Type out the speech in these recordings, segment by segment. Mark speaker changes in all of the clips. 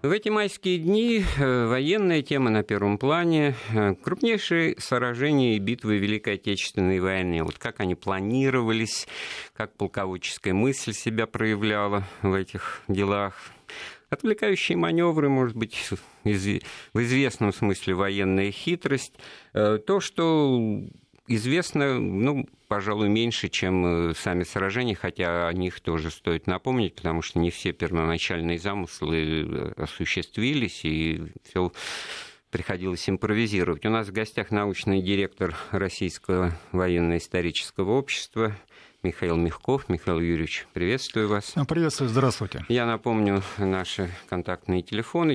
Speaker 1: В эти майские дни военная тема на первом плане. Крупнейшие сражения и битвы Великой Отечественной войны. Вот как они планировались, как полководческая мысль себя проявляла в этих делах. Отвлекающие маневры, может быть, в известном смысле военная хитрость. То, что известно, пожалуй, меньше, чем сами сражения, хотя о них тоже стоит напомнить, потому что не все первоначальные замыслы осуществились, и все приходилось импровизировать. У нас в гостях научный директор Российского военно-исторического общества Михаил Мягков. Михаил Юрьевич, приветствую вас.
Speaker 2: Приветствую, здравствуйте.
Speaker 1: Я напомню наши контактные телефоны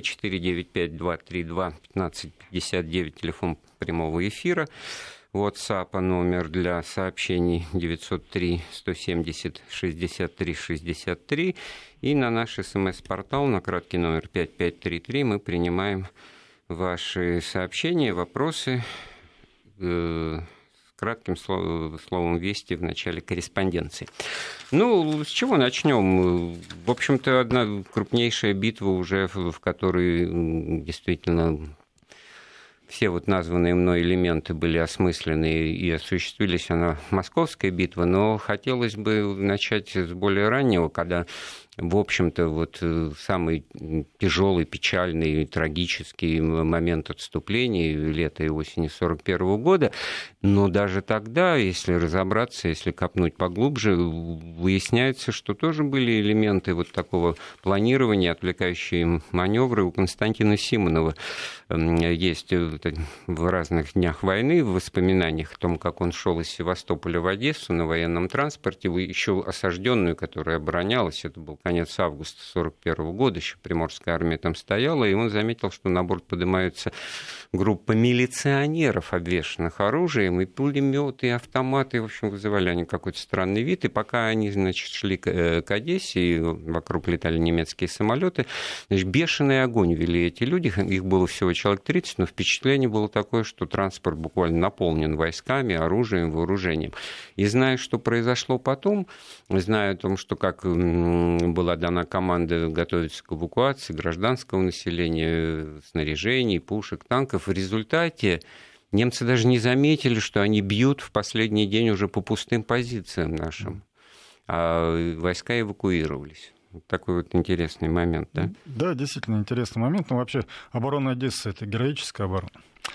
Speaker 1: 495-232-1559, телефон прямого эфира. WhatsApp номер для сообщений 903-170-63-63. И на наш СМС-портал на краткий номер 5533 мы принимаем ваши сообщения, вопросы с кратким словом «Вести» в начале корреспонденции. С чего начнем? В общем-то, одна крупнейшая битва уже, в которой действительно все названные мной элементы были осмыслены и осуществились, она Московская битва, но хотелось бы начать с более раннего, когда, в общем-то, самый тяжелый, печальный, трагический момент отступления лета и осени 1941 года. Но даже тогда, если разобраться, если копнуть поглубже, выясняется, что тоже были элементы такого планирования, отвлекающие маневры у Константина Симонова. Есть в разных днях войны, в воспоминаниях о том, как он шел из Севастополя в Одессу на военном транспорте, еще осажденную, которая оборонялась, это был конец августа 1941 года, еще Приморская армия там стояла, и он заметил, что на борт поднимаются группа милиционеров, обвешанных оружием, и пулеметы, и автоматы, в общем, вызывали они какой-то странный вид, и пока они, шли к Одессе, и вокруг летали немецкие самолеты, бешеный огонь вели эти люди, их было всего человек 30, но впечатление было такое, что транспорт буквально наполнен войсками, оружием, вооружением. И зная, что произошло потом, зная о том, что как была дана команда готовиться к эвакуации гражданского населения, снаряжений, пушек, танков, в результате немцы даже не заметили, что они бьют в последний день уже по пустым позициям нашим, а войска эвакуировались. Такой интересный момент, да?
Speaker 2: Да, действительно интересный момент. Но вообще оборона Одессы — это героическая оборона.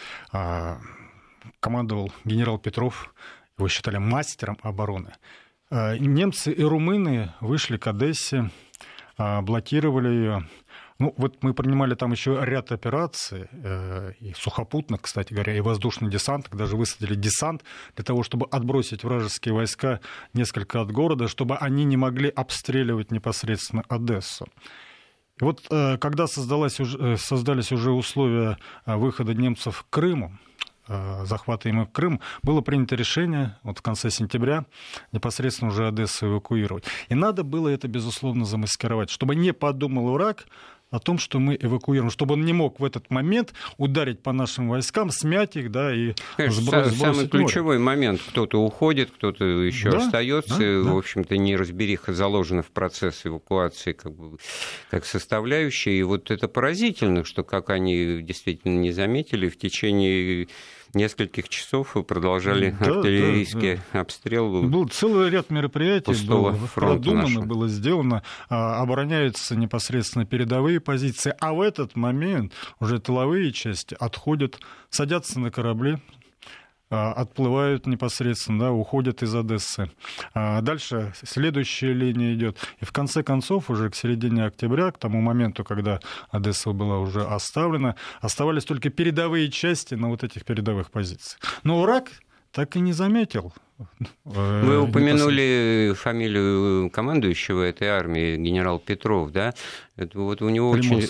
Speaker 2: Командовал генерал Петров, его считали мастером обороны. Немцы и румыны вышли к Одессе, блокировали ее. Мы принимали там еще ряд операций, и сухопутных, кстати говоря, и воздушный десант, даже высадили десант для того, чтобы отбросить вражеские войска несколько от города, чтобы они не могли обстреливать непосредственно Одессу. И когда создались уже условия выхода немцев к Крыму, захвата им Крым, было принято решение в конце сентября непосредственно уже Одессу эвакуировать. И надо было это, безусловно, замаскировать, чтобы не подумал враг о том, что мы эвакуируем, чтобы он не мог в этот момент ударить по нашим войскам, смять их, и
Speaker 1: сбросить. Самый ключевой момент. Кто-то уходит, кто-то еще остается. В общем-то, неразбериха заложена в процесс эвакуации как составляющая. И это поразительно, что как они действительно не заметили, в течение нескольких часов продолжали артиллерийский обстрел.
Speaker 2: Был целый ряд мероприятий, было продумано,
Speaker 1: нашего.
Speaker 2: Было сделано, обороняются непосредственно передовые позиции, а в этот момент уже тыловые части отходят, садятся на корабли, отплывают непосредственно, уходят из Одессы. Дальше следующая линия идет. И в конце концов, уже к середине октября, к тому моменту, когда Одесса была уже оставлена, оставались только передовые части на этих передовых позициях. Но враг так и не заметил.
Speaker 1: Вы упомянули фамилию командующего этой армии, генерал Петров, да? Это у него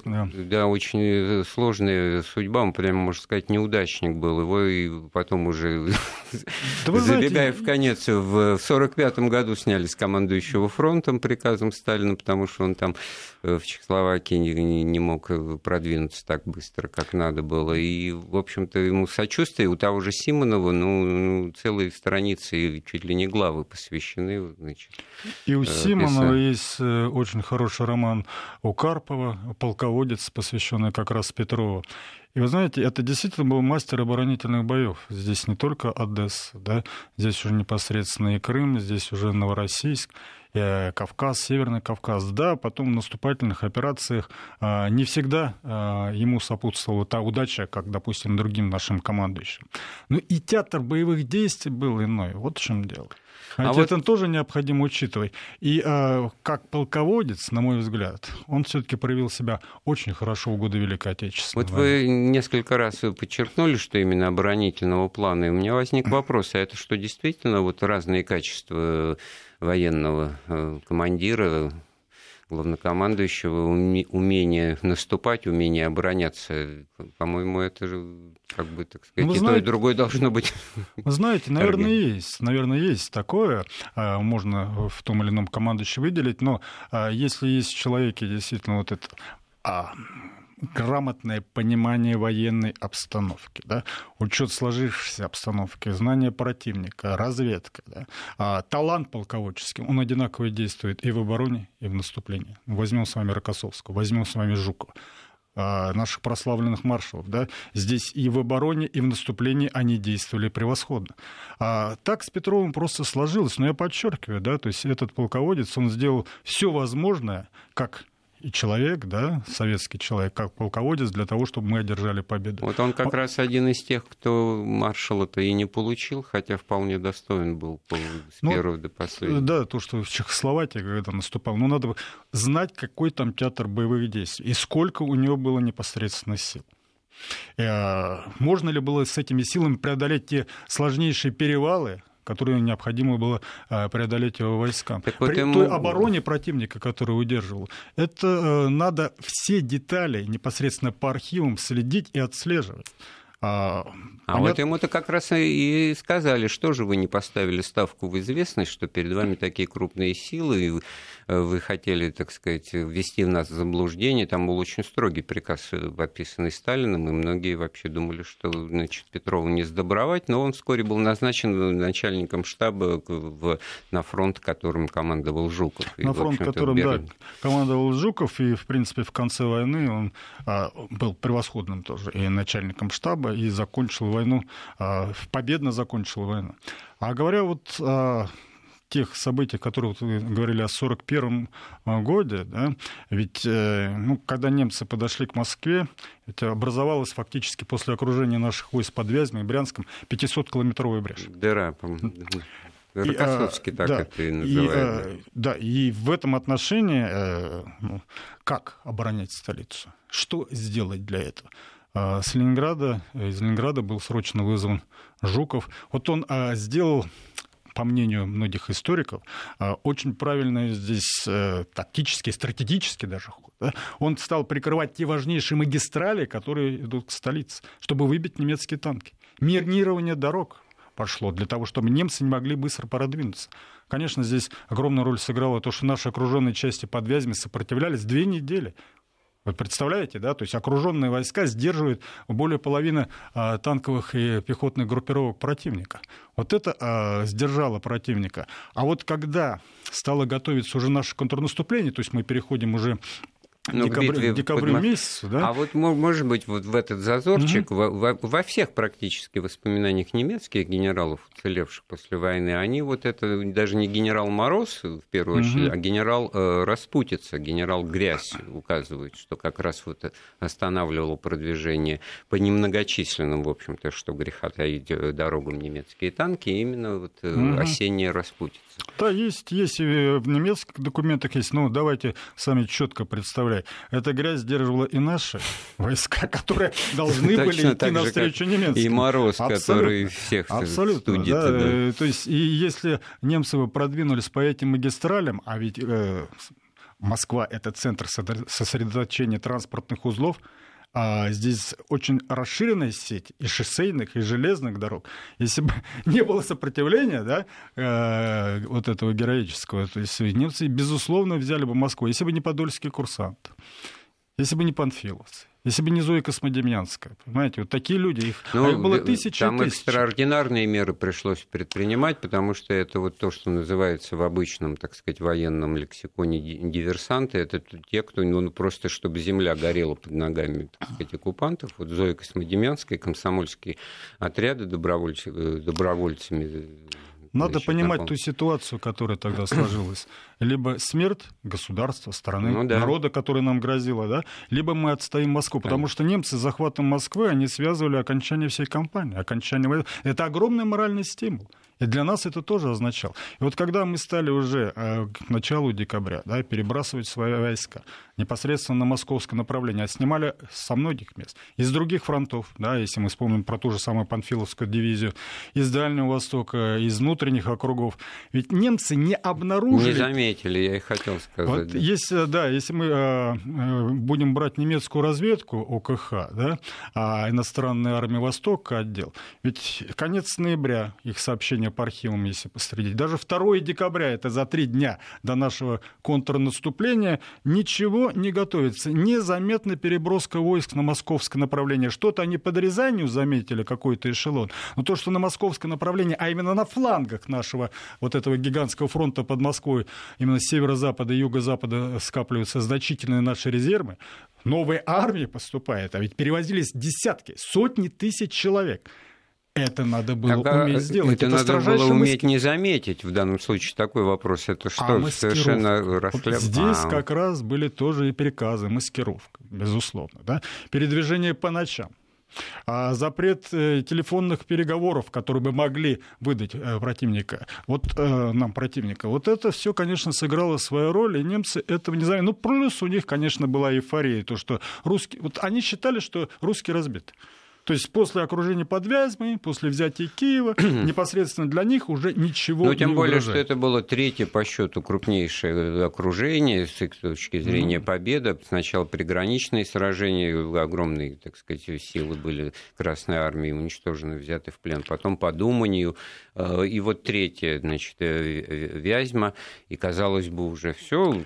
Speaker 1: очень сложная судьба, он прямо, можно сказать, неудачник был. Его и потом уже, забегая в конец, в 1945 году сняли с командующего фронтом приказом Сталина, потому что он там в Чехословакии не мог продвинуться так быстро, как надо было. И, в общем-то, ему сочувствие у того же Симонова, целые страницы и чуть ли не главы посвящены. Значит,
Speaker 2: и у Симонова есть очень хороший роман у Карпова «Полководец», посвященный как раз Петрову. И вы знаете, это действительно был мастер оборонительных боев. Здесь не только Одесса, да? Здесь уже непосредственно и Крым, здесь уже Новороссийск, Кавказ, Северный Кавказ. Да, потом в наступательных операциях не всегда ему сопутствовала та удача, как, допустим, другим нашим командующим. Но и театр боевых действий был иной. Вот в чем дело. Это тоже необходимо учитывать. И как полководец, на мой взгляд, он все-таки проявил себя очень хорошо в годы Великой Отечественной войны.
Speaker 1: Вы несколько раз подчеркнули, что именно оборонительного плана. И у меня возник вопрос, а это что, действительно разные качества военного командира, главнокомандующего, умение наступать, умение обороняться? По-моему, это же, так сказать, то, и другое должно быть.
Speaker 2: Вы знаете, наверное, есть такое, можно в том или ином командующем выделить, но если есть в человеке действительно вот это грамотное понимание военной обстановки, да, учет сложившейся обстановки, знание противника, разведка, да, талант полководческий, он одинаково действует и в обороне, и в наступлении. Возьмем с вами Рокоссовского, возьмем с вами Жукова, наших прославленных маршалов. Да? Здесь и в обороне, и в наступлении они действовали превосходно. Так с Петровым просто сложилось, но я подчеркиваю, да, то есть этот полководец, он сделал все возможное, как и человек, да, советский человек, как полководец, для того, чтобы мы одержали победу.
Speaker 1: Вот он как раз один из тех, кто маршала-то и не получил, хотя вполне достоин был с первого до последнего.
Speaker 2: Да, то, что в Чехословакии, когда наступал, надо знать, какой там театр боевых действий и сколько у него было непосредственно сил. Можно ли было с этими силами преодолеть те сложнейшие перевалы, которые необходимо было преодолеть его войскам. При той обороне противника, которую удерживал, это надо все детали непосредственно по архивам следить и отслеживать.
Speaker 1: Вот ему-то как раз и сказали, что же вы не поставили ставку в известность, что перед вами такие крупные силы, и вы хотели, так сказать, ввести нас в заблуждение. Там был очень строгий приказ, подписанный Сталиным, и многие вообще думали, что, значит, Петрову не сдобровать, но он вскоре был назначен начальником штаба на фронт, которым командовал Жуков.
Speaker 2: На фронт, которым, да, командовал Жуков, и, в принципе, в конце войны он был превосходным тоже и начальником штаба, и закончил войну, победно закончил войну. А говоря вот о тех событиях, которые вы говорили о 1941 годе, да, ведь когда немцы подошли к Москве, это образовалась фактически после окружения наших войск под Вязьмой и Брянском 500-километровая брешь.
Speaker 1: Дыра, по-моему. Рокоссовский так это и называют.
Speaker 2: Да, и в этом отношении как оборонять столицу? Что сделать для этого? Из Ленинграда был срочно вызван Жуков. Вот он сделал, по мнению многих историков, очень правильный здесь тактический, стратегический даже ход. Да? Он стал прикрывать те важнейшие магистрали, которые идут к столице, чтобы выбить немецкие танки. Минирование дорог пошло для того, чтобы немцы не могли быстро продвинуться. Конечно, здесь огромную роль сыграло то, что наши окруженные части под Вязьмой сопротивлялись 2 недели. Вы представляете, да? То есть окруженные войска сдерживают более половины танковых и пехотных группировок противника. Вот это сдержало противника. А вот когда стало готовиться уже наше контрнаступление, то есть мы переходим уже к декабрю месяцу, да?
Speaker 1: А вот, может быть, вот в этот зазорчик во всех практически воспоминаниях немецких генералов, уцелевших после войны, они вот это даже не генерал Мороз, в первую очередь, а генерал Распутица, генерал Грязь указывают, что как раз вот останавливало продвижение по немногочисленным, в общем-то, что греха таить, дорогам немецкие танки, именно вот осенняя Распутица.
Speaker 2: Да, есть и в немецких документах есть, но давайте сами четко представлять. Эта грязь сдерживала и наши войска, которые должны были идти навстречу немецким.
Speaker 1: И Мороз, который всех
Speaker 2: абсолютно, да. То есть, и если немцы бы продвинулись по этим магистралям, а ведь Москва — это центр сосредоточения транспортных узлов, здесь очень расширенная сеть и шоссейных, и железных дорог. Если бы не было сопротивления, да, вот этого героического, то есть немцы, безусловно, взяли бы Москву, если бы не подольский курсант. если бы не панфиловцы, если бы не Зоя Космодемьянская, понимаете, вот такие люди, их было тысячи.
Speaker 1: Там экстраординарные меры пришлось предпринимать, потому что это вот то, что называется в обычном, так сказать, военном лексиконе диверсанты, это те, кто, просто чтобы земля горела под ногами, так сказать, оккупантов. Вот Зоя Космодемьянская, комсомольские отряды добровольцами.
Speaker 2: Надо понимать ту ситуацию, которая тогда сложилась. Либо смерть государства, страны, народа, которая нам грозила, да? Либо мы отстоим Москву. Потому что немцы с захватом Москвы, они связывали окончание всей кампании. Это огромный моральный стимул. И для нас это тоже означало. И вот когда мы стали уже к началу декабря перебрасывать свои войска непосредственно на московское направление, а снимали со многих мест, из других фронтов, если мы вспомним про ту же самую Панфиловскую дивизию, из Дальнего Востока, из внутренних округов, ведь немцы не обнаружили...
Speaker 1: Не заметили, я и хотел сказать.
Speaker 2: Вот если мы будем брать немецкую разведку ОКХ, иностранная армия Востока отдел, ведь конец ноября, их сообщения по архивам, если посмотреть, даже 2 декабря, это за 3 дня до нашего контрнаступления, ничего не готовится. Незаметна переброска войск на московское направление. Что-то они под Рязанью заметили, какой-то эшелон. Но то, что на московское направление, а именно на флангах нашего вот этого гигантского фронта под Москвой, именно с северо-запада и юго-запада скапливаются значительные наши резервы, новая армия поступает, а ведь перевозились десятки, сотни тысяч человек. Это надо было уметь сделать.
Speaker 1: Это надо было уметь не заметить в данном случае. Такой вопрос. Это что, совершенно расхляб...
Speaker 2: Здесь как раз были тоже и приказы, маскировка, безусловно. Передвижение по ночам. Запрет телефонных переговоров, которые бы могли выдать противника. Нам противника. Вот это все, конечно, сыграло свою роль, и немцы этого не знали. Плюс у них, конечно, была эйфория, то, что русские... они считали, что русские разбиты. То есть после окружения под Вязьмой, после взятия Киева, непосредственно для них уже ничего не угрожает.
Speaker 1: Тем более, что это было 3-е по счету крупнейшее окружение с их точки зрения победа. Сначала приграничные сражения, огромные, так сказать, силы были Красной Армии уничтожены, взяты в плен. Потом под Уманью. И вот 3-е, значит, Вязьма. И, казалось бы, уже все,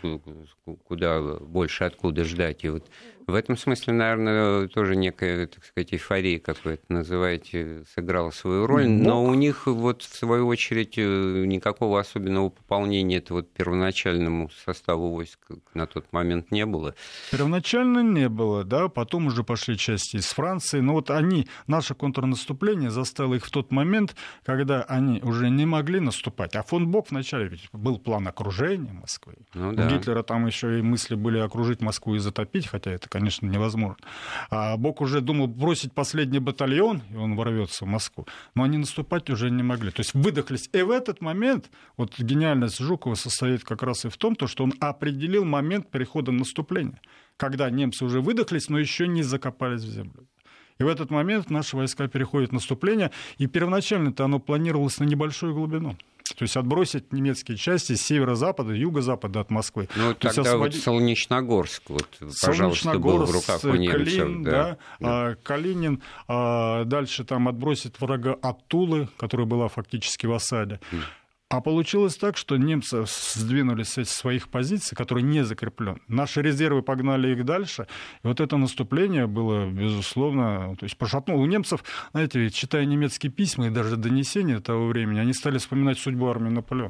Speaker 1: куда больше откуда ждать. И вот в этом смысле, наверное, тоже некая, так сказать, эйфория, как вы это называете, сыграла свою роль. Но у них, в свою очередь, никакого особенного пополнения этого первоначальному составу войск на тот момент не было.
Speaker 2: Первоначально не было, потом уже пошли части из Франции. Но наше контрнаступление заставило их в тот момент, когда они уже не могли наступать. А фон Бок вначале ведь был план окружения Москвы. У Гитлера там еще и мысли были окружить Москву и затопить, хотя это, конечно, невозможно. А Бок уже думал бросить последний батальон, и он ворвется в Москву. Но они наступать уже не могли. То есть выдохлись. И в этот момент гениальность Жукова состоит как раз и в том, что он определил момент перехода наступления, когда немцы уже выдохлись, но еще не закопались в землю. И в этот момент наши войска переходят в наступление, и первоначально-то оно планировалось на небольшую глубину. То есть отбросить немецкие части с северо-запада, юго-запада от Москвы.
Speaker 1: Тогда Солнечногорск, пожалуйста, был в руках у немцев.
Speaker 2: Калинин. Дальше там отбросить врага от Тулы, которая была фактически в осаде. А получилось так, что немцы сдвинулись с своих позиций, которые не закреплены. Наши резервы погнали их дальше. И это наступление было, безусловно, пошатнуло. У немцев, знаете, читая немецкие письма и даже донесения того времени, они стали вспоминать судьбу армии Наполеона.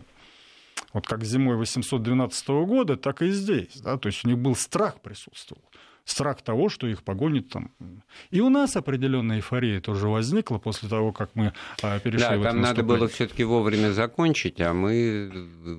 Speaker 2: Как зимой 812 года, так и здесь. То есть у них был страх присутствовал. Страх того, что их погонят там. И у нас определенная эйфория тоже возникла после того, как мы перешли в это
Speaker 1: там надо было все-таки вовремя закончить, а мы,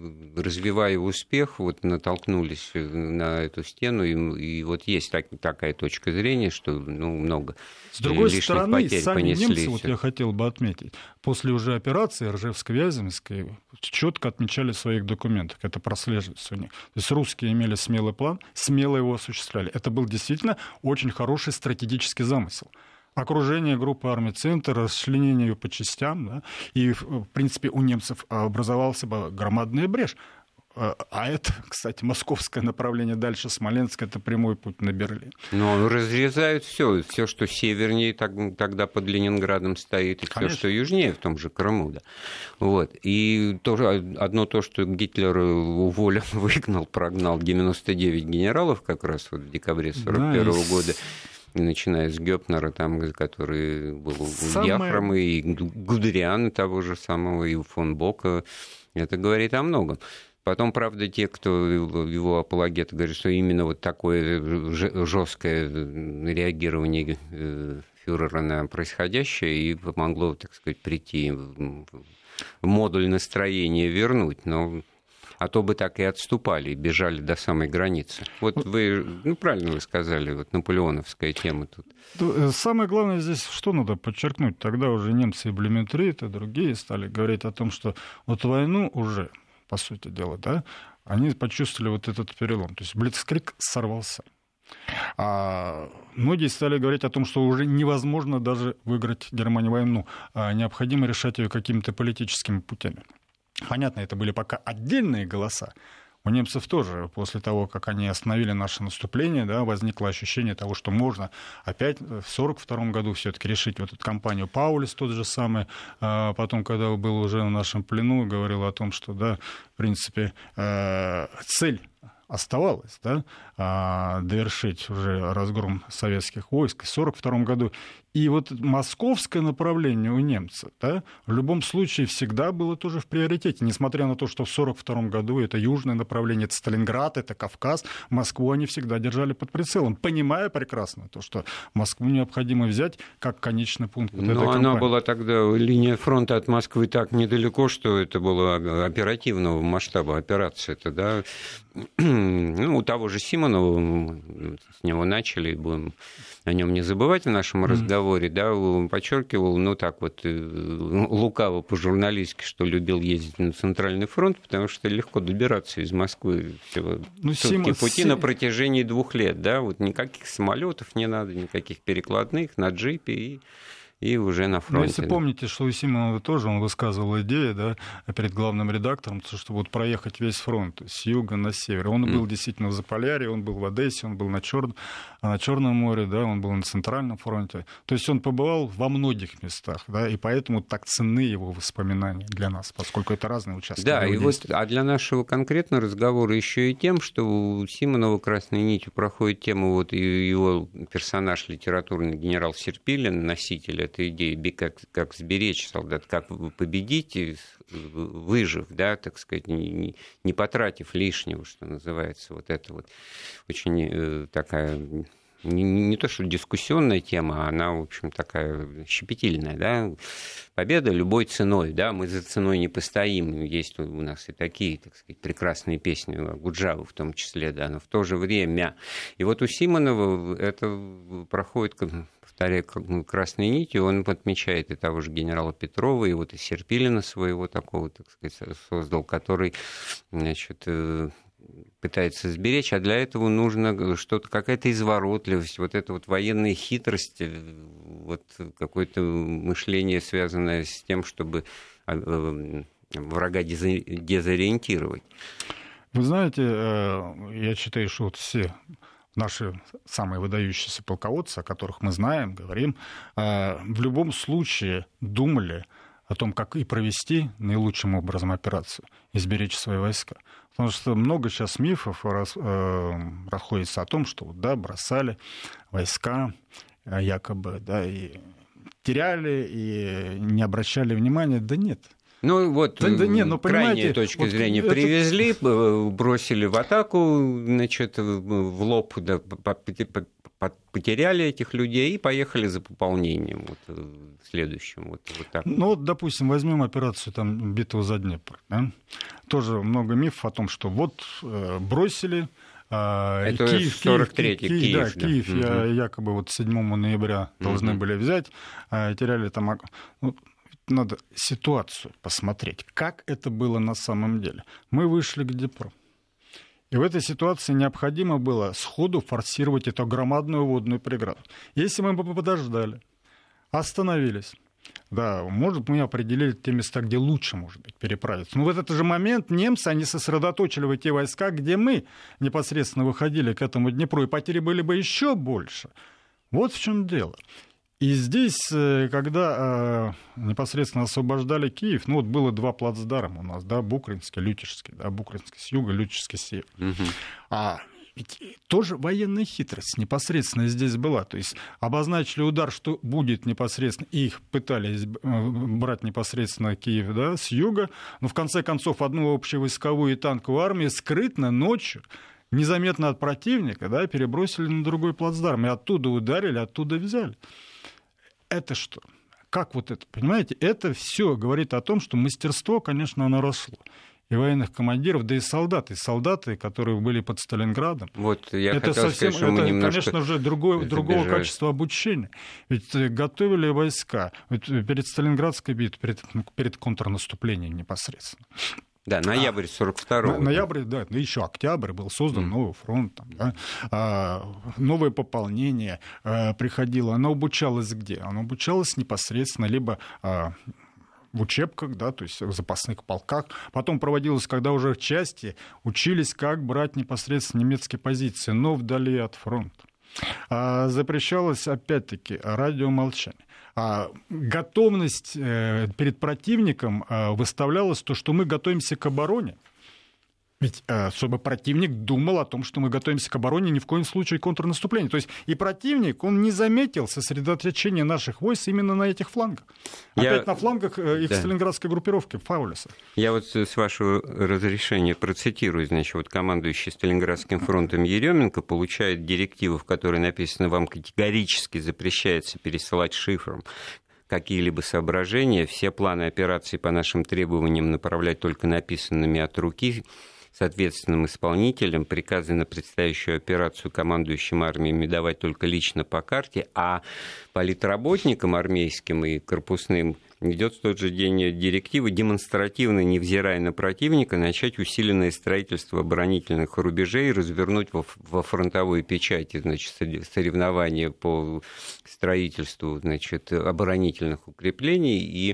Speaker 1: развивая успех, натолкнулись на эту стену, и есть такая точка зрения, что много
Speaker 2: с другой стороны,
Speaker 1: потерь
Speaker 2: сами
Speaker 1: понеслись.
Speaker 2: Немцы, я хотел бы отметить, после уже операции Ржевско-Вяземской четко отмечали в своих документах, это прослеживается у них. То есть русские имели смелый план, смело его осуществляли. Это был действительно очень хороший стратегический замысел. Окружение группы армий «Центр», расчленение ее по частям, и, в принципе, у немцев образовалась бы громадная брешь. А это, кстати, московское направление дальше Смоленска, это прямой путь на Берлин.
Speaker 1: Но разрезают все, что севернее тогда под Ленинградом стоит, и все, что южнее, в том же Крыму. Да. Вот. И тоже одно то, что Гитлер уволил, выгнал, прогнал 99 генералов как раз вот в декабре 1941 года. Начиная с Гёпнера, там, который был у Яхрома, и Гудериана того же самого, и фон Бока. Это говорит о многом. Потом, правда, те, кто его апологеты, говорят, что именно вот такое жесткое реагирование фюрера на происходящее и помогло, так сказать, прийти в модуль настроения вернуть. Но а то бы так и отступали, и бежали до самой границы. Вот вы, правильно вы сказали, вот наполеоновская тема тут.
Speaker 2: Самое главное здесь, что надо подчеркнуть, тогда уже немцы и Блюментрит, и другие стали говорить о том, что вот войну уже, по сути дела, да, они почувствовали вот этот перелом. То есть блицкриг сорвался. А многие стали говорить о том, что уже невозможно даже выиграть Германии войну, а необходимо решать ее какими-то политическими путями. Понятно, это были пока отдельные голоса. У немцев тоже, после того, как они остановили наше наступление, да, возникло ощущение того, что можно опять в 1942 году все-таки решить вот эту кампанию. Паулюс тот же самый, потом, когда был уже в нашем плену, говорил о том, что, да, в принципе, цель оставалось, да, довершить уже разгром советских войск в 1942 году. И вот московское направление у немцев, да, в любом случае всегда было тоже в приоритете, несмотря на то, что в 1942 году это южное направление, это Сталинград, это Кавказ, Москву они всегда держали под прицелом, понимая прекрасно то, что Москву необходимо взять как конечный пункт вот этой кампании.
Speaker 1: Но она была тогда, линия фронта от Москвы так недалеко, что это было оперативного масштаба операция. Это, да, у того же Симонова, с него начали, будем о нем не забывать в нашем разговоре, да, он подчеркивал, так вот, лукаво по-журналистски, что любил ездить на Центральный фронт, потому что легко добираться из Москвы всего пути на протяжении 2 лет, да, вот никаких самолетов не надо, никаких перекладных, на джипе и уже на фронте.
Speaker 2: Если помните, что у Симонова тоже он высказывал идею, да, перед главным редактором, что вот проехать весь фронт с юга на север. Он был действительно в Заполярье, он был в Одессе, он был на Черном море, да, он был на Центральном фронте. То есть он побывал во многих местах, да, и поэтому так ценны его воспоминания для нас, поскольку это разные участки.
Speaker 1: Да, и вот, для нашего конкретного разговора еще и тем, что у Симонова красной нитью проходит тема, вот его персонаж литературный генерал Серпилин, носитель этой идеи, как сберечь солдат, как победить, выжив, да, так сказать, не потратив лишнего, что называется. Вот это вот очень такая, не то что дискуссионная тема, а она, в общем, такая щепетильная, да. Победа любой ценой, да, мы за ценой не постоим. Есть у нас и такие, так сказать, прекрасные песни, Гуджавы в том числе, да, но в то же время. И вот у Симонова это проходит, повторяю, красной нитью, он отмечает и того же генерала Петрова, и вот и Серпилина своего такого, так сказать, создал, который, значит, пытается сберечь, а для этого нужно что-то, какая-то изворотливость, вот эта вот военная хитрость, вот какое-то мышление, связанное с тем, чтобы врага дезориентировать.
Speaker 2: Вы знаете, я считаю, что вот все наши самые выдающиеся полководцы, о которых мы знаем, говорим, в любом случае думали о том, как и провести наилучшим образом операцию и сберечь свои войска. Потому что много сейчас мифов расходится о том, что вот, да, бросали войска якобы, да, и теряли, и не обращали внимания. Да нет.
Speaker 1: Ну вот, крайняя точка зрения. Это... Привезли, бросили в атаку, значит, в лоб, да, потеряли этих людей и поехали за пополнением вот, следующим. Вот так.
Speaker 2: Ну вот, допустим, возьмем операцию там, «Битва за Днепр». Да? Тоже много мифов о том, что вот бросили...
Speaker 1: Это 43-й Киев.
Speaker 2: Да, Киев якобы вот 7 ноября должны были взять, теряли там... Надо ситуацию посмотреть, как это было на самом деле. Мы вышли к Днепру. И в этой ситуации необходимо было сходу форсировать эту громадную водную преграду. Если мы бы подождали, остановились, Да, может, мы определили те места, где лучше, может быть, переправиться. Но в этот же момент немцы, они сосредоточили в те войска, где мы непосредственно выходили к этому Днепру, и потери были бы еще больше. Вот в чем дело. И здесь, когда непосредственно освобождали Киев, ну вот было два плацдарма у нас, да, Букринский, Лютежский, да, Букринский с юга, Лютежский с севера. Ведь тоже военная хитрость непосредственно здесь была. То есть обозначили удар, что будет непосредственно, и их пытались брать непосредственно Киев, да, с юга, но в конце концов одну общевойсковую и танковую армию скрытно ночью, незаметно от противника, да, перебросили на другой плацдарм, и оттуда ударили, оттуда взяли. Это что? Как вот это? Понимаете, это все говорит о том, что мастерство, конечно, оно росло. И военных командиров, да и солдаты, которые были под Сталинградом.
Speaker 1: Вот я
Speaker 2: это
Speaker 1: хотел
Speaker 2: совсем,
Speaker 1: сказать, что мы
Speaker 2: конечно же, другого качества обучения. Ведь готовили войска перед Сталинградской битвой, перед контрнаступлением непосредственно.
Speaker 1: Да, ноябрь 42-го.
Speaker 2: Ноябрь, да, еще октябрь был создан новый фронт, там, да, новое пополнение приходило. Оно обучалось где? Оно обучалось непосредственно либо в учебках, да, то есть в запасных полках. Потом проводилось, когда уже в части учились, как брать непосредственно немецкие позиции, но вдали от фронта. Запрещалось, опять-таки, радиомолчание. Готовность перед противником выставлялась то, что мы готовимся к обороне. Ведь чтобы противник думал о том, что мы готовимся к обороне, ни в коем случае к контрнаступлению. То есть и противник, он не заметил сосредоточения наших войск именно на этих флангах. Опять на флангах их сталинградской группировки, Фаулеса.
Speaker 1: Я вот с вашего разрешения процитирую, значит, вот командующий Сталинградским фронтом Еременко получает директиву, в которой написано: вам категорически запрещается пересылать шифром какие-либо соображения, все планы операций по нашим требованиям направлять только написанными от руки соответственным исполнителям, приказы на предстоящую операцию командующим армиями давать только лично по карте, а политработникам армейским и корпусным идет в тот же день директива демонстративно, невзирая на противника, начать усиленное строительство оборонительных рубежей, развернуть во фронтовой печати, значит, соревнования по строительству, значит, оборонительных укреплений и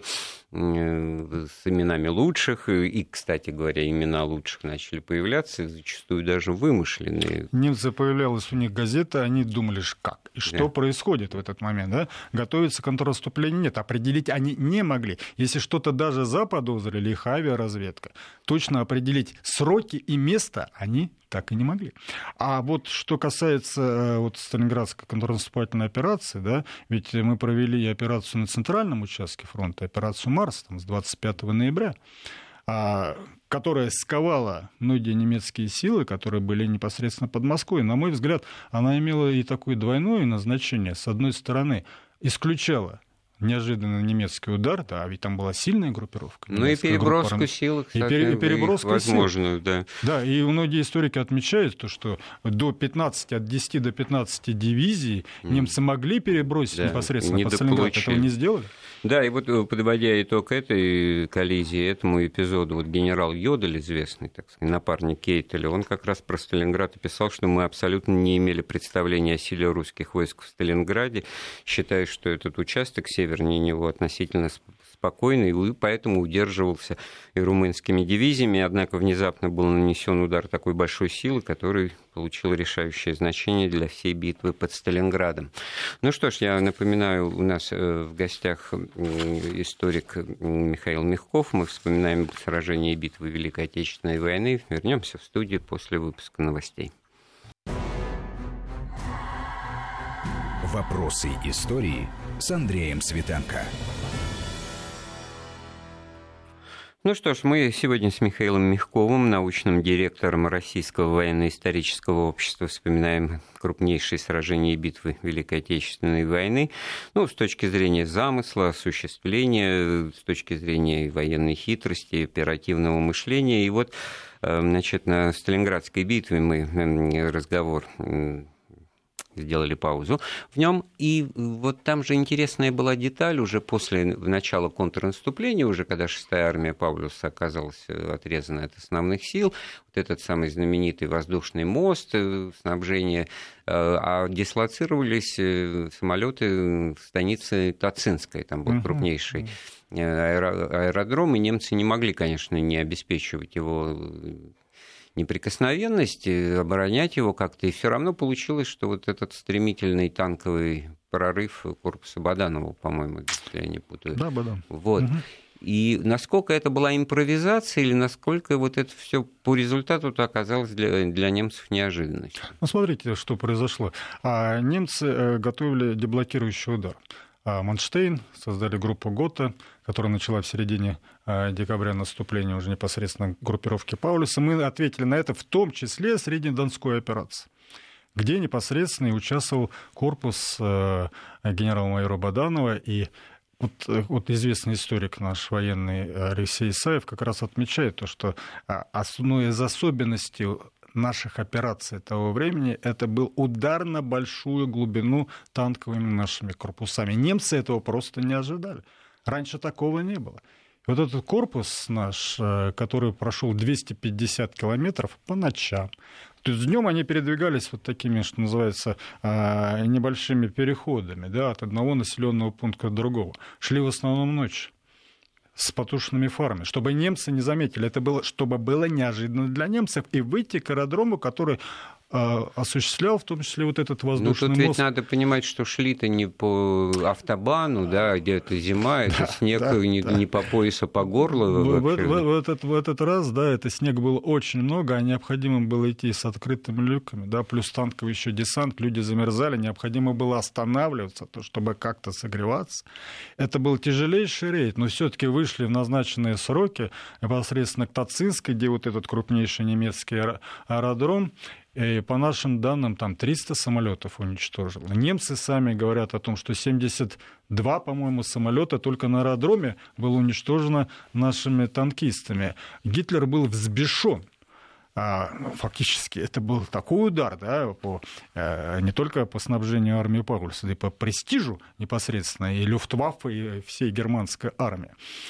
Speaker 1: с именами лучших, и, кстати говоря, имена лучших начали появляться, зачастую даже вымышленные.
Speaker 2: Немцы, появлялась у них газета, они думали, как и что происходит в этот момент, да? Готовится контрнаступление, нет, определить они не могли. Если что-то даже заподозрили, их авиаразведка, точно определить сроки и место они так и не могли. А вот что касается вот Сталинградской контрнаступательной операции, да, ведь мы провели операцию на центральном участке фронта, операцию «Марс» там, с 25 ноября, которая сковала многие немецкие силы, которые были непосредственно под Москвой. На мой взгляд, она имела и такое двойное назначение. С одной стороны, исключала неожиданно немецкий удар, да, ведь там была сильная группировка.
Speaker 1: Ну и переброску сил, кстати,
Speaker 2: и переброску
Speaker 1: возможную, сил. Да.
Speaker 2: Да, и многие историки отмечают то, что от 10 до 15 дивизий немцы могли перебросить непосредственно под Сталинград, этого не сделали.
Speaker 1: Да, и вот подводя итог этой коллизии, этому эпизоду, вот генерал Йодель, известный, так сказать, напарник Кейтеля, он как раз про Сталинград писал, что мы абсолютно не имели представления о силе русских войск в Сталинграде, считая, что этот участок севернее него относительно спокойный, и поэтому удерживался и румынскими дивизиями, однако внезапно был нанесен удар такой большой силы, который получил решающее значение для всей битвы под Сталинградом. Ну что ж, я напоминаю, у нас в гостях историк Михаил Мягков. Мы вспоминаем сражения и битвы Великой Отечественной войны. Вернемся в студию после выпуска новостей.
Speaker 3: Вопросы истории с Андреем Светенко.
Speaker 1: Ну что ж, мы сегодня с Михаилом Мягковым, научным директором Российского военно-исторического общества, вспоминаем крупнейшие сражения и битвы Великой Отечественной войны. Ну, с точки зрения замысла, осуществления, с точки зрения военной хитрости, оперативного мышления. И вот, значит, на Сталинградской битве мы разговор сделали паузу в нем. И вот там же интересная была деталь уже после начала контрнаступления, уже когда 6-я армия Паулюса оказалась отрезана от основных сил, вот этот самый знаменитый воздушный мост, снабжение, а дислоцировались самолеты в станице Тацинской, там был крупнейший аэродром, и немцы не могли, конечно, не обеспечивать его неприкосновенность, оборонять его как-то, и все равно получилось, что вот этот стремительный танковый прорыв корпуса Баданова, по-моему, если я не путаю.
Speaker 2: Да, Бадан.
Speaker 1: Вот. И насколько это была импровизация, или насколько вот это все по результату-то оказалось для немцев неожиданностью?
Speaker 2: Ну, смотрите, что произошло. Немцы готовили деблокирующий удар. Манштейн, создали группу ГОТА, которая начала в середине декабря наступление уже непосредственно группировки Паулюса. Мы ответили на это в том числе Среднедонской операции, где непосредственно и участвовал корпус генерала-майора Баданова. И вот известный историк наш военный Алексей Исаев как раз отмечает то, что одной из особенностей наших операций того времени это был удар на большую глубину танковыми нашими корпусами. Немцы этого просто не ожидали. Раньше такого не было. И вот этот корпус наш, который прошел 250 километров по ночам, то есть днем они передвигались вот такими, что называется, небольшими переходами, да, от одного населенного пункта к другому. Шли в основном ночью с потушенными фарами, чтобы немцы не заметили. Это было, чтобы было неожиданно для немцев. И выйти к аэродрому, который осуществлял в том числе вот этот воздушный мост.
Speaker 1: Ну, тут ведь надо понимать, что шли-то не по автобану, да, где это зима, это снег не по поясу, по горлу.
Speaker 2: В этот раз, да, это снег было очень много, а необходимо было идти с открытыми люками, да, плюс танковый еще десант, люди замерзали, необходимо было останавливаться, чтобы как-то согреваться. Это был тяжелейший рейд, но все-таки вышли в назначенные сроки непосредственно к Тацинской, где вот этот крупнейший немецкий аэродром. И по нашим данным, там 300 самолетов уничтожило. Немцы сами говорят о том, что 72, по-моему, самолета только на аэродроме было уничтожено нашими танкистами. Гитлер был взбешен. Фактически это был такой удар, да, не только по снабжению армии Паулюса, но и по престижу непосредственно и Люфтваффе, и всей германской армии.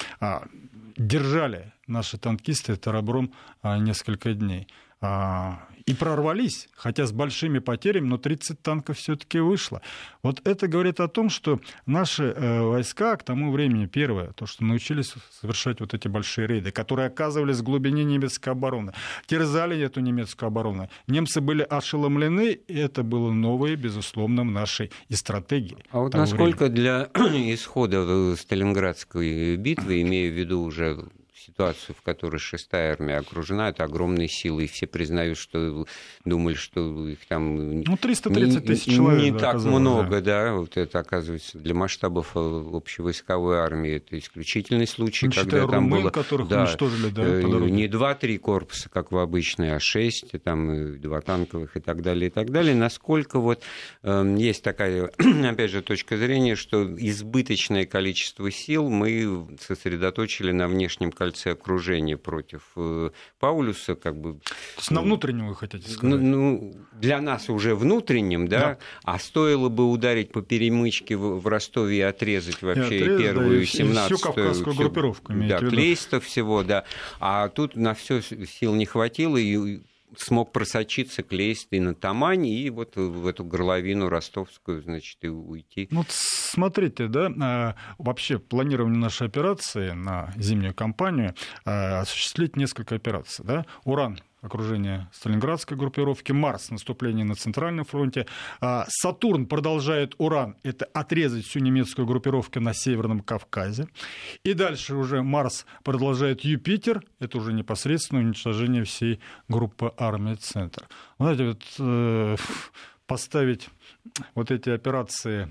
Speaker 2: Держали наши танкисты этот аэродром несколько дней. И прорвались, хотя с большими потерями, но 30 танков все-таки вышло. Вот это говорит о том, что наши войска к тому времени, первое, то, что научились совершать вот эти большие рейды, которые оказывались в глубине немецкой обороны, терзали эту немецкую оборону. Немцы были ошеломлены, и это было новое, безусловно, в нашей и стратегии.
Speaker 1: А вот насколько для исхода Сталинградской битвы, имея в виду уже ситуацию, в которой 6-я армия окружена, это огромные силы, и все признают, что думали, что их там
Speaker 2: 330 тысяч человек,
Speaker 1: не так много, да, вот это, оказывается, для масштабов общевойсковой армии это исключительный случай, когда там было
Speaker 2: которых уничтожили,
Speaker 1: не 2-3 корпуса, как в обычной, а 6, там 2 танковых и так далее, и так далее. Насколько вот есть такая, опять же, точка зрения, что избыточное количество сил мы сосредоточили на внешнем кольце окружения против Паулюса, как бы.
Speaker 2: То есть на внутреннем вы хотите сказать?
Speaker 1: Для нас уже внутреннем, да, а стоило бы ударить по перемычке в Ростове и отрезать вообще первую 17-ю
Speaker 2: всю кавказскую группировку.
Speaker 1: Да, Клейстов всего, да. А тут на все сил не хватило, и смог просочиться Клейст и на Тамань, и вот в эту горловину ростовскую, значит, и уйти.
Speaker 2: Вот смотрите, да, вообще планирование нашей операции на зимнюю кампанию осуществить несколько операций, да. Уран — окружение Сталинградской группировки, Марс — наступление на Центральном фронте, Сатурн продолжает Уран, это отрезать всю немецкую группировку на Северном Кавказе, и дальше уже Марс продолжает Юпитер, это уже непосредственно уничтожение всей группы армии Центр. Знаете, вот поставить вот эти операции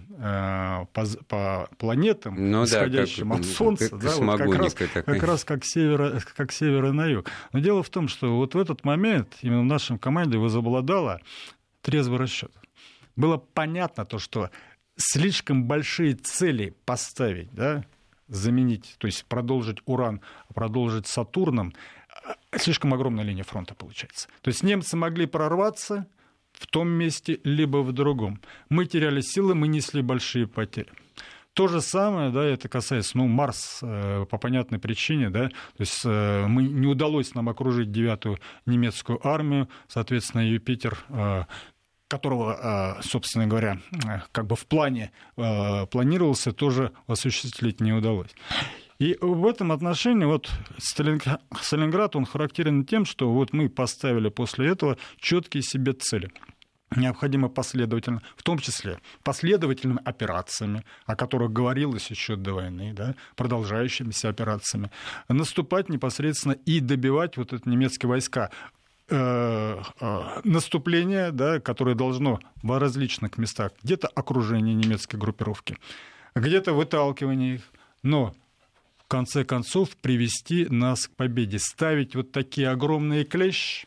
Speaker 2: по планетам, исходящим от Солнца, как раз как с севера на юг. Но дело в том, что вот в этот момент именно в нашем команде возобладало трезвый расчет. Было понятно то, что слишком большие цели поставить, да, заменить, то есть продолжить Уран, продолжить Сатурном, слишком огромная линия фронта получается. То есть немцы могли прорваться, в том месте, либо в другом. Мы теряли силы, мы несли большие потери. То же самое, да, это касается, Марс по понятной причине, да, то есть не удалось нам окружить 9-ю немецкую армию, соответственно, Юпитер, которого, собственно говоря, как бы в плане планировался, тоже осуществить не удалось. И в этом отношении Сталинград, он характерен тем, что мы поставили после этого четкие себе цели. Необходимо последовательно, в том числе последовательными операциями, о которых говорилось еще до войны, да, продолжающимися операциями, наступать непосредственно и добивать эти немецкие войска. Наступление, да, которое должно в различных местах, где-то окружение немецкой группировки, где-то выталкивание их, но в конце концов привести нас к победе. Ставить такие огромные клещи,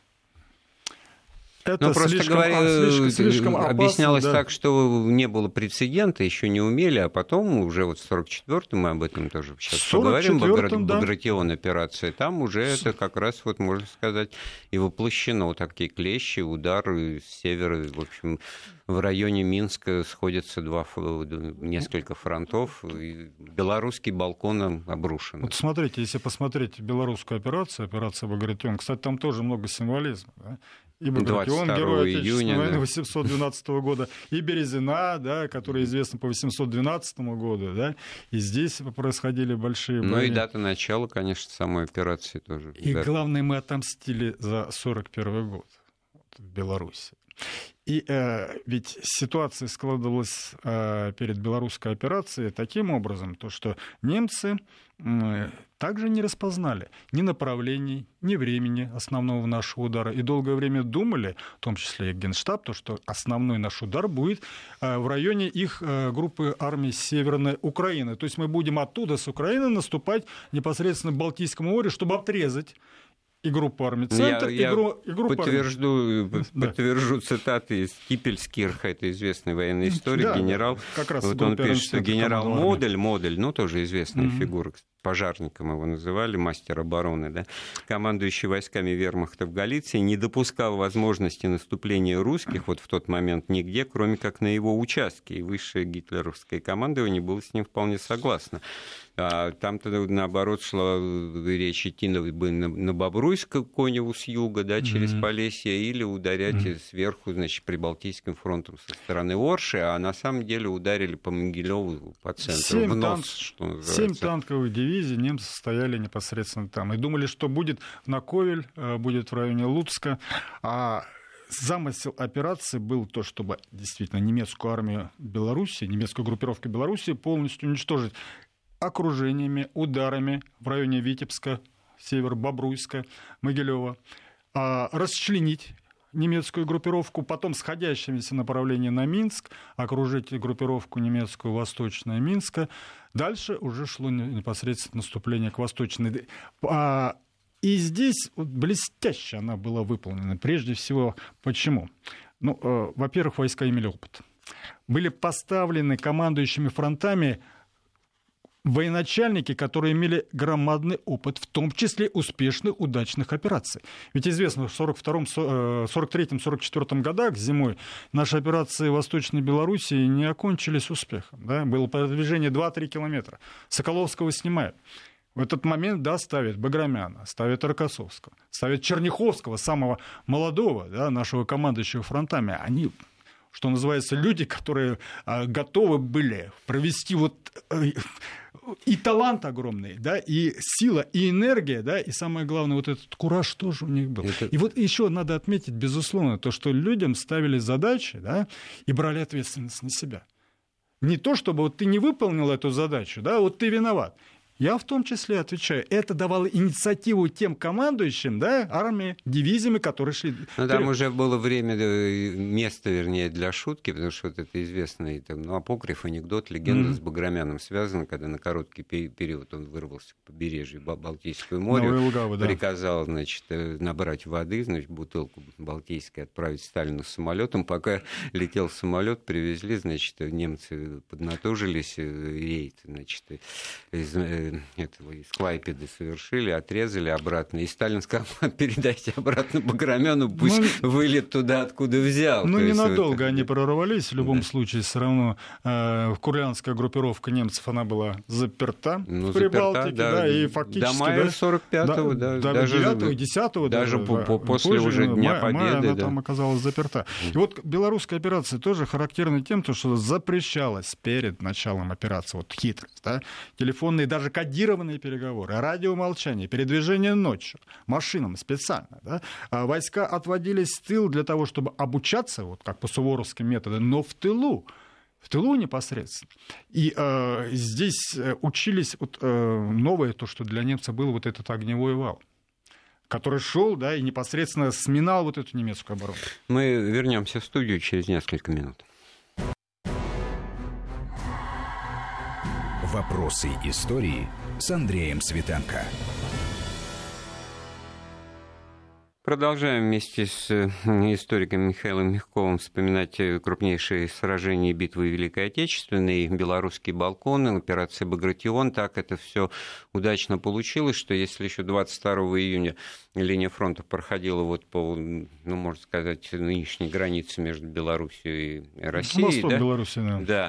Speaker 2: это слишком опасно,
Speaker 1: объяснялось
Speaker 2: да.
Speaker 1: Так, что не было прецедента, еще не умели, а потом уже в 44-м, мы об этом тоже сейчас поговорим, Багратион операция, там уже это как раз, можно сказать, и воплощено. Такие клещи, удары с севера, в общем, в районе Минска сходятся несколько фронтов, и белорусский балкон обрушен.
Speaker 2: Смотрите, если посмотреть белорусскую операцию Багратион, кстати, там тоже много символизма, да? И Багратион, герой Отечественной войны 812 года, и Березина, да, которая известна по 812 году, да, и здесь происходили большие бои.
Speaker 1: И дата начала, конечно, самой операции тоже.
Speaker 2: И главное, мы отомстили за 1941 год в Беларуси. И ведь ситуация складывалась перед белорусской операцией таким образом, что немцы также не распознали ни направлений, ни времени основного нашего удара. И долгое время думали, в том числе и Генштаб, что основной наш удар будет в районе их группы армий Северной Украины. То есть мы будем оттуда, с Украины, наступать непосредственно в Балтийском море, чтобы отрезать и группу армий «Центр», и группу
Speaker 1: подтвержу цитаты из Кипельскирха, это известный военный историк, генерал.
Speaker 2: Как раз
Speaker 1: он пишет, что генерал Модель, тоже известная фигура, пожарником его называли, мастер обороны, да, командующий войсками вермахта в Галиции, не допускал возможности наступления русских в тот момент нигде, кроме как на его участке. И высшее гитлеровское командование было с ним вполне согласно. Там-то, наоборот, шла речь идти на Бобруйск, Коневу с юга, да, через Полесье, или ударять сверху, Прибалтийским фронтом со стороны Орши, а на самом деле ударили по Могилеву, по центру, в нос, что называется.
Speaker 2: 7 танковых дивизий немцы стояли непосредственно там. И думали, что будет на Ковель, будет в районе Луцка. А замысел операции был то, чтобы действительно немецкую армию Беларуси, немецкую группировку Беларуси полностью уничтожить окружениями, ударами в районе Витебска, Север-Бобруйска, Могилева, расчленить немецкую группировку, потом сходящимися направлением на Минск, окружить группировку немецкую восточная Минска. Дальше уже шло непосредственно наступление к восточной. И здесь блестяще она была выполнена. Прежде всего, почему? Во-первых, войска имели опыт. Были поставлены командующими фронтами военачальники, которые имели громадный опыт, в том числе успешных, удачных операций. Ведь известно, в 1943-1944 годах зимой наши операции в Восточной Белоруссии не окончились успехом. Да? Было продвижение 2-3 километра. Соколовского снимают. В этот момент, ставят Баграмяна, ставят Рокоссовского, ставят Черняховского, самого молодого, нашего командующего фронтами. Они, что называется, люди, которые готовы были провести и талант огромный, и сила, и энергия, и самое главное, этот кураж тоже у них был. И еще надо отметить, безусловно, то, что людям ставили задачи, и брали ответственность на себя. Не то, чтобы ты не выполнил эту задачу, ты виноват. Я в том числе отвечаю. Это давало инициативу тем командующим, армии, дивизиями, которые шли.
Speaker 1: Там уже было время, место, для шутки, потому что это известный апокриф, анекдот, легенда с Баграмяном связана, когда на короткий период он вырвался к побережью Балтийского моря, приказал, набрать воды, бутылку балтийской отправить Сталину с самолетом. Пока летел самолет, привезли, немцы поднатужились, рейд, этого из Клайпеды совершили, отрезали обратно. И Сталин сказал, передайте обратно Баграмяну, пусть вылет туда, откуда взял.
Speaker 2: Ну, ненадолго они прорвались. В любом случае, все равно курляндская группировка немцев, она была заперта в Прибалтике. Да, и фактически,
Speaker 1: до мая 45-го,
Speaker 2: до 9-го, 10-го.
Speaker 1: Даже после уже Дня Победы.
Speaker 2: Она там оказалась заперта. И вот белорусская операция тоже характерна тем, что запрещалась перед началом операции, вот хитрость, да, телефонные, даже кодированные переговоры, радиомолчание, передвижение ночью, машинам специально, да, войска отводились в тыл для того, чтобы обучаться, вот как по суворовским методам, но в тылу непосредственно. И здесь учились вот, новое, то, что для немцев был вот этот огневой вал, который шел, да, и непосредственно сминал вот эту немецкую оборону.
Speaker 1: Мы вернемся в студию через несколько минут.
Speaker 3: Вопросы истории с Андреем Светенко.
Speaker 1: Продолжаем вместе с историком Михаилом Мягковым вспоминать крупнейшие сражения и битвы Великой Отечественной, белорусский балкон, операция «Багратион». Так это все удачно получилось, что если еще 22 июня линия фронта проходила вот по, ну, можно сказать, нынешней границе между Белоруссией и Россией.
Speaker 2: Восток Беларуси, да.
Speaker 1: Да,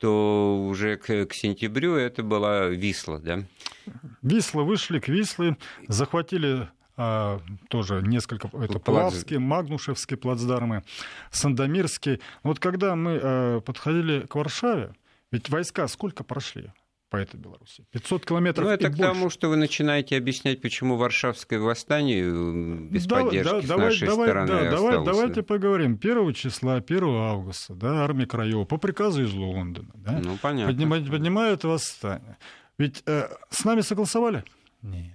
Speaker 1: то уже к сентябрю это была Висла, да?
Speaker 2: Висла, вышли к Висле, захватили тоже несколько, это Плавские, Магнушевские плацдармы, Сандомирские. Вот когда мы подходили к Варшаве, ведь войска сколько прошли по этой Беларуси? 500 километров и больше.
Speaker 1: Ну, это к тому, что вы начинаете объяснять, почему Варшавское восстание без поддержки с нашей стороны осталось.
Speaker 2: Давайте поговорим. 1 числа, 1 августа, да, армия Краева по приказу из Лондона, да,
Speaker 1: ну, понятно.
Speaker 2: поднимает восстание. Ведь с нами согласовали? Нет.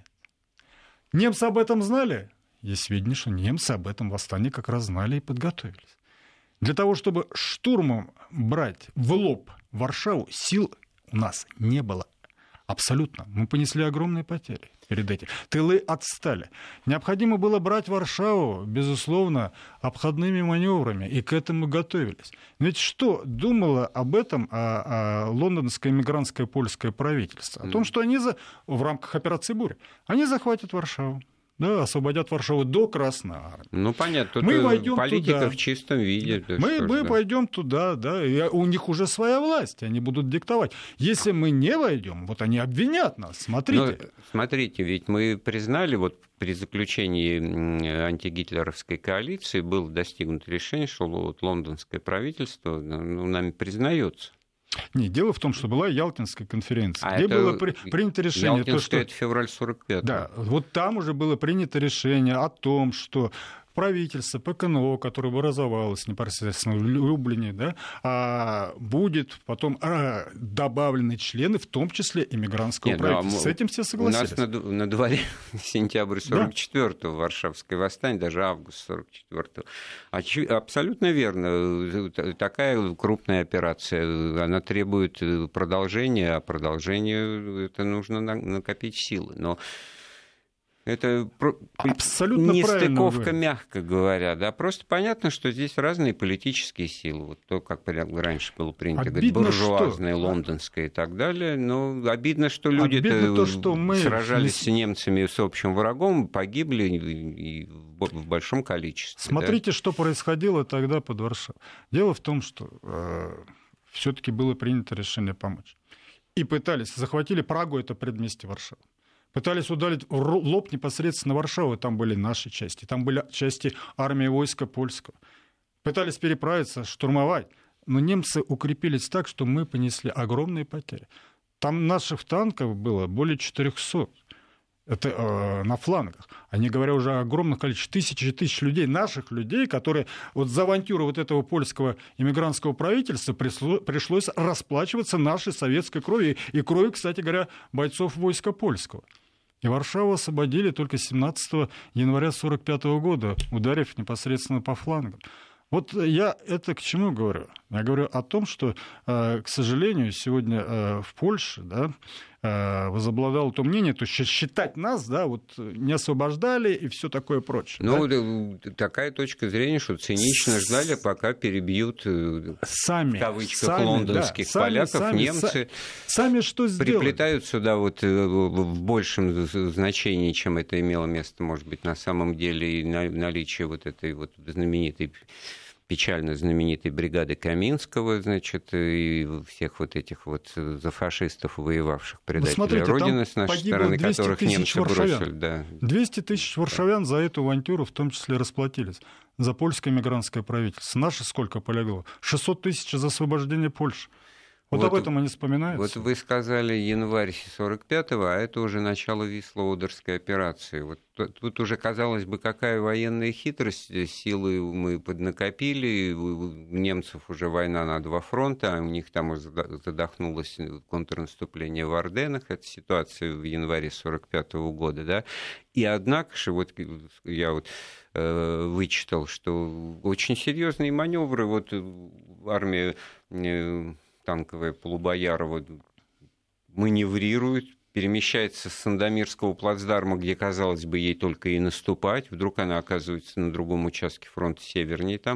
Speaker 2: Немцы об этом знали? Есть сведения, что немцы об этом восстании как раз знали и подготовились. Для того, чтобы штурмом брать в лоб Варшаву, сил у нас не было. Абсолютно. Мы понесли огромные потери перед этим. Тылы отстали. Необходимо было брать Варшаву, безусловно, обходными маневрами, и к этому готовились. Ведь что думало об этом лондонское эмигрантское польское правительство? О том, что они в рамках операции «Буря» они захватят Варшаву. Да, освободят Варшаву до Красной Армии.
Speaker 1: Ну, понятно, тут
Speaker 2: мы войдем
Speaker 1: политика
Speaker 2: туда.
Speaker 1: В чистом виде.
Speaker 2: Мы пойдем туда, да, и у них уже своя власть, они будут диктовать. Если мы не войдем, вот они обвинят нас, смотрите.
Speaker 1: Но, смотрите, ведь мы признали, вот при заключении антигитлеровской коалиции было достигнуто решение, что вот лондонское правительство нами признается.
Speaker 2: Нет, дело в том, что была Ялтинская конференция, где было принято решение...
Speaker 1: Ялтинская, это февраль 45-го.
Speaker 2: Да, вот там уже было принято решение о том, что правительство ПКНО, которое образовалось непосредственно в Люблине, да, будет потом добавлены члены, в том числе иммигрантского правительства. С этим все согласились.
Speaker 1: У нас на дворе сентябрь 44-го, Варшавское восстание, даже август 44-го. Абсолютно верно. Такая крупная операция, она требует продолжения, а продолжение это нужно накопить силы. Но это абсолютно нестыковка, мягко говоря. Да? Просто понятно, что здесь разные политические силы. Вот то, как раньше было принято говорить, буржуазная, лондонская и так далее. Но обидно, что люди-то сражались с немцами, с общим врагом, погибли и в большом количестве.
Speaker 2: Смотрите, что происходило тогда под Варшавой. Дело в том, что все-таки было принято решение помочь. И пытались, захватили Прагу, это предместье Варшавы. Пытались ударить в лоб непосредственно Варшаву. Там были наши части, там были части армии войска польского. Пытались переправиться, штурмовать. Но немцы укрепились так, что мы понесли огромные потери. Там наших танков было более 400. Это на флангах. А не говоря уже о огромном количестве, тысячи и тысяч людей, наших людей, которые вот за авантюру вот этого польского иммигрантского правительства пришлось расплачиваться нашей советской кровью. И кровью, кстати говоря, бойцов войска польского. И Варшаву освободили только 17 января 1945 года, ударив непосредственно по флангам. Вот я это к чему говорю? Я говорю о том, что, к сожалению, сегодня в Польше, да, возобладало то мнение, то считать нас, да, вот не освобождали и все такое прочее.
Speaker 1: Ну, да? Такая точка зрения, что цинично ждали, пока перебьют
Speaker 2: сами,
Speaker 1: в кавычках лондонских поляков, немцы.
Speaker 2: Сами что сделали?
Speaker 1: Приплетают сюда вот в большем значении, чем это имело место, может быть, на самом деле, и наличие вот этой вот знаменитой, печально знаменитой бригады Каминского, значит, и всех вот этих вот за фашистов воевавших предателей Родины с нашей стороны, которых немцы бросили. Да.
Speaker 2: 200 тысяч варшавян за эту авантюру в том числе расплатились. За польское мигрантское правительство. Наши сколько полегло? 600 тысяч за освобождение Польши. Вот об этом и не вспоминается.
Speaker 1: Вот вы сказали январь 45-го, а это уже начало Висло-Одерской операции. Вот тут уже, казалось бы, какая военная хитрость. Силы мы поднакопили, у немцев уже война на два фронта, а у них там задохнулось контрнаступление в Арденнах. Это ситуация в январе 45-го года. Да? И однако же, вот я вот вычитал, что очень серьезные маневры, вот армия танковая Полубоярова маневрирует, перемещается с Сандомирского плацдарма, где, казалось бы, ей только и наступать. Вдруг она оказывается на другом участке фронта севернее там.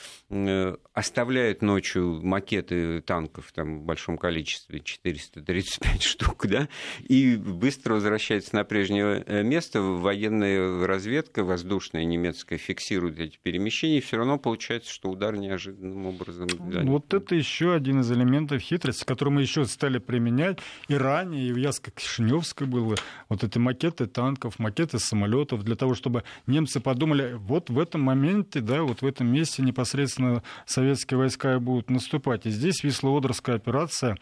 Speaker 1: Оставляет ночью макеты танков там, в большом количестве, 435 штук, да, и быстро возвращается на прежнее место. Военная разведка, воздушная немецкая, фиксирует эти перемещения, и все равно получается, что удар неожиданным образом...
Speaker 2: Вот это еще один из элементов хитрости, который мы еще стали применять и ранее, и в Яско-Кишиневской было вот эти макеты танков, макеты самолетов, для того, чтобы немцы подумали, вот в этом моменте, да, вот в этом месте непосредственно советские войска будут наступать. И здесь Висло-Одерская операция,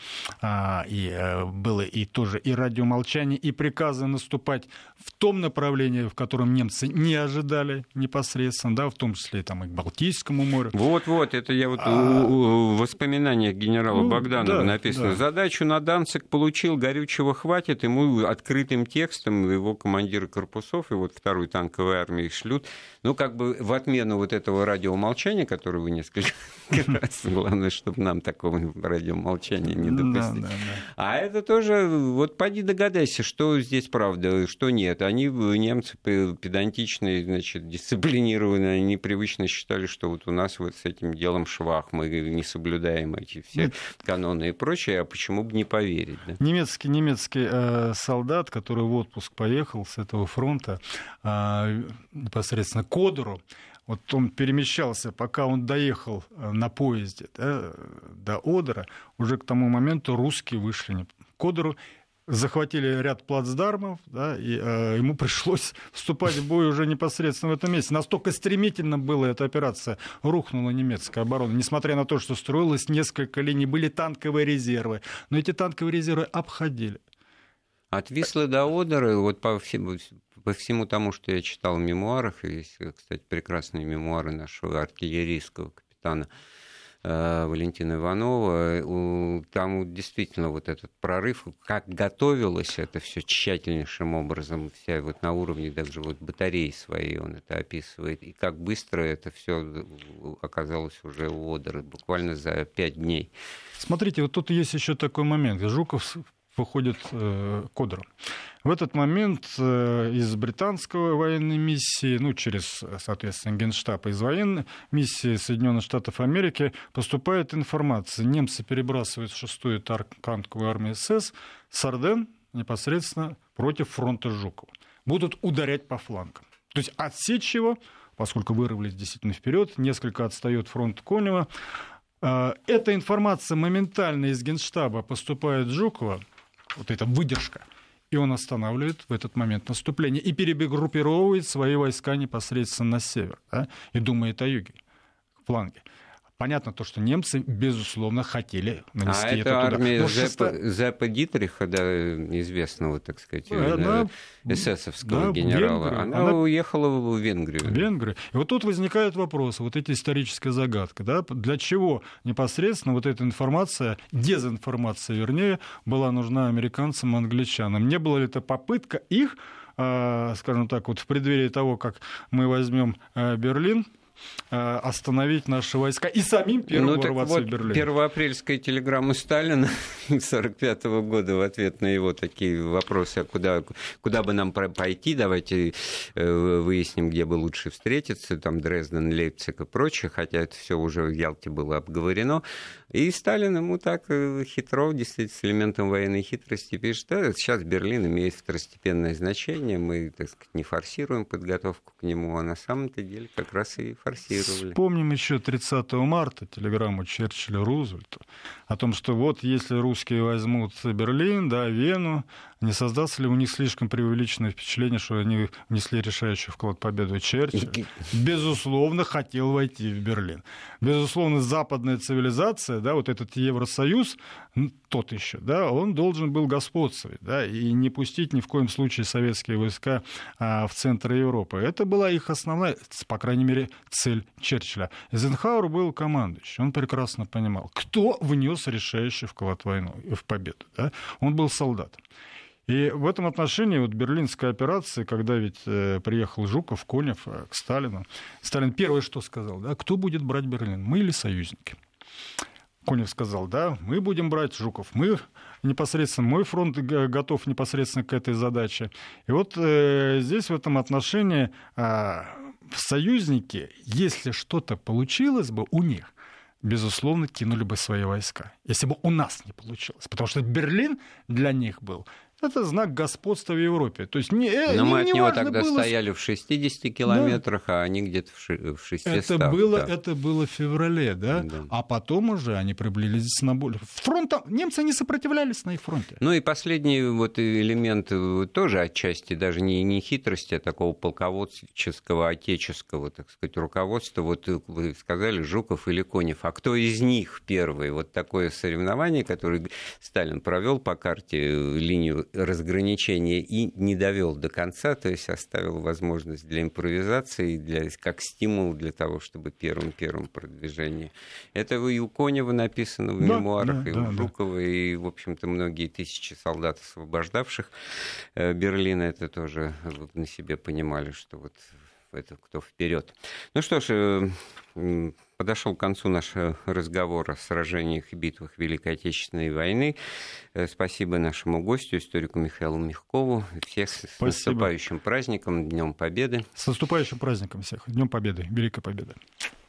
Speaker 2: и было и тоже и радиомолчание, и приказы наступать в том направлении, в котором немцы не ожидали непосредственно, да, в том числе там, и к Балтийскому морю.
Speaker 1: Вот, это я вот в воспоминаниях генерала Богданова написано. Да. Задачу на Данциг получил, горючего хватит, ему открытым текстом его командиры корпусов и вот второй танковой армии шлют, ну, как бы в отмену вот этого радиомолчания, которое вы несколько раз. Главное, чтобы нам такого радиомолчания не допустить. Да. А это тоже, вот поди догадайся, что здесь правда, что нет. Они, немцы, педантичные, значит, дисциплинированные, они привычно считали, что вот у нас вот с этим делом швах, мы не соблюдаем эти все каноны и прочее, а почему бы не поверить? Да?
Speaker 2: Немецкий солдат, который в отпуск поехал с этого фронта, непосредственно к Одеру, вот он перемещался, пока он доехал на поезде, да, до Одера, уже к тому моменту русские вышли к Одеру, захватили ряд плацдармов, да, и ему пришлось вступать в бой уже непосредственно в этом месте. Настолько стремительно была эта операция, рухнула немецкая оборона, несмотря на то, что строилось несколько линий, были танковые резервы, но эти танковые резервы обходили.
Speaker 1: От Вислы до Одера, вот по всему тому, что я читал в мемуарах, есть, кстати, прекрасные мемуары нашего артиллерийского капитана Валентина Иванова, там действительно вот этот прорыв, как готовилось это все тщательнейшим образом, вся вот на уровне даже вот батареи своей он это описывает, и как быстро это все оказалось уже у Одера, буквально за 5 дней.
Speaker 2: Смотрите, вот тут есть еще такой момент. Жуков выходит к Одеру. В этот момент из британской военной миссии, ну, через, соответственно, Генштаб, из военной миссии Соединенных Штатов Америки поступает информация. Немцы перебрасывают 6-ю танковую армию СС с Арден непосредственно против фронта Жукова. Будут ударять по флангам. То есть отсечь его, поскольку вырвались действительно вперед, несколько отстает фронт Конева. Эта информация моментально из Генштаба поступает в Жукова, вот эта выдержка, и он останавливает в этот момент наступление и перегруппировывает свои войска непосредственно на север, да, и думает о юге, к фланге. Понятно то, что немцы, безусловно, хотели нанести этот удар.
Speaker 1: А это армия Зеппа Дитриха, да, известного, так сказать, эсэсовского генерала, она уехала в Венгрию.
Speaker 2: И вот тут возникает вопрос, вот эта историческая загадка, да, для чего непосредственно вот эта информация, дезинформация, вернее, была нужна американцам и англичанам? Не была ли это попытка их, скажем так, вот в преддверии того, как мы возьмем Берлин, остановить наши войска и самим первым ворваться в Берлин.
Speaker 1: Первоапрельская телеграмма Сталина 1945 года в ответ на его такие вопросы, а куда бы нам пойти, давайте выясним, где бы лучше встретиться, там Дрезден, Лейпциг и прочее, хотя это все уже в Ялте было обговорено. И Сталин ему так хитро, действительно, с элементом военной хитрости пишет, да, сейчас Берлин имеет второстепенное значение, мы, так сказать, не форсируем подготовку к нему, а на самом-то деле как раз и форсировали.
Speaker 2: Вспомним еще 30 марта телеграмму Черчилля Рузвельту о том, что вот если русские возьмут Берлин, да, Вену, не создастся ли у них слишком преувеличенное впечатление, что они внесли решающий вклад в победу? Черчилль, безусловно, хотел войти в Берлин. Безусловно, западная цивилизация, да, вот этот Евросоюз, тот еще, да, он должен был господствовать, да, и не пустить ни в коем случае советские войска в центр Европы. Это была их основная, по крайней мере, цель Черчилля. Эйзенхауэр был командующий, он прекрасно понимал, кто внес решающий вклад в войну, в победу. Да? Он был солдатом. И в этом отношении вот Берлинская операция, когда ведь приехал Жуков, Конев к Сталину, Сталин первое что сказал, да, кто будет брать Берлин, мы или союзники? Конев сказал, да, мы будем брать, Жуков, мы непосредственно, мой фронт готов непосредственно к этой задаче. И вот здесь в этом отношении союзники, если что-то получилось бы у них, безусловно, кинули бы свои войска, если бы у нас не получилось. Потому что Берлин для них был... Это знак господства в Европе. То есть
Speaker 1: но мы от него тогда
Speaker 2: было...
Speaker 1: стояли в 60 километрах, да. А они где-то в 600.
Speaker 2: Это было в феврале, да? Да. А потом уже они приблизились на более... Фронтом немцы не сопротивлялись на их фронте.
Speaker 1: Ну и последний вот элемент тоже отчасти даже не хитрости, а такого полководческого, отеческого, так сказать, руководства. Вот вы сказали, Жуков или Конев. А кто из них первый? Вот такое соревнование, которое Сталин провел по карте, линию разграничения и не довел до конца, то есть оставил возможность для импровизации, как стимул для того, чтобы первым продвижение. Это и у Конева написано в мемуарах, и у Жукова, и, в общем-то, многие тысячи солдат, освобождавших Берлин, это тоже на себе понимали, что вот это кто вперед. Ну что ж, подошел к концу наш разговор о сражениях и битвах Великой Отечественной войны. Спасибо нашему гостю, историку Михаилу Мягкову. Всех с наступающим праздником, Днем Победы.
Speaker 2: С наступающим праздником всех. Днем Победы, Великой Победы.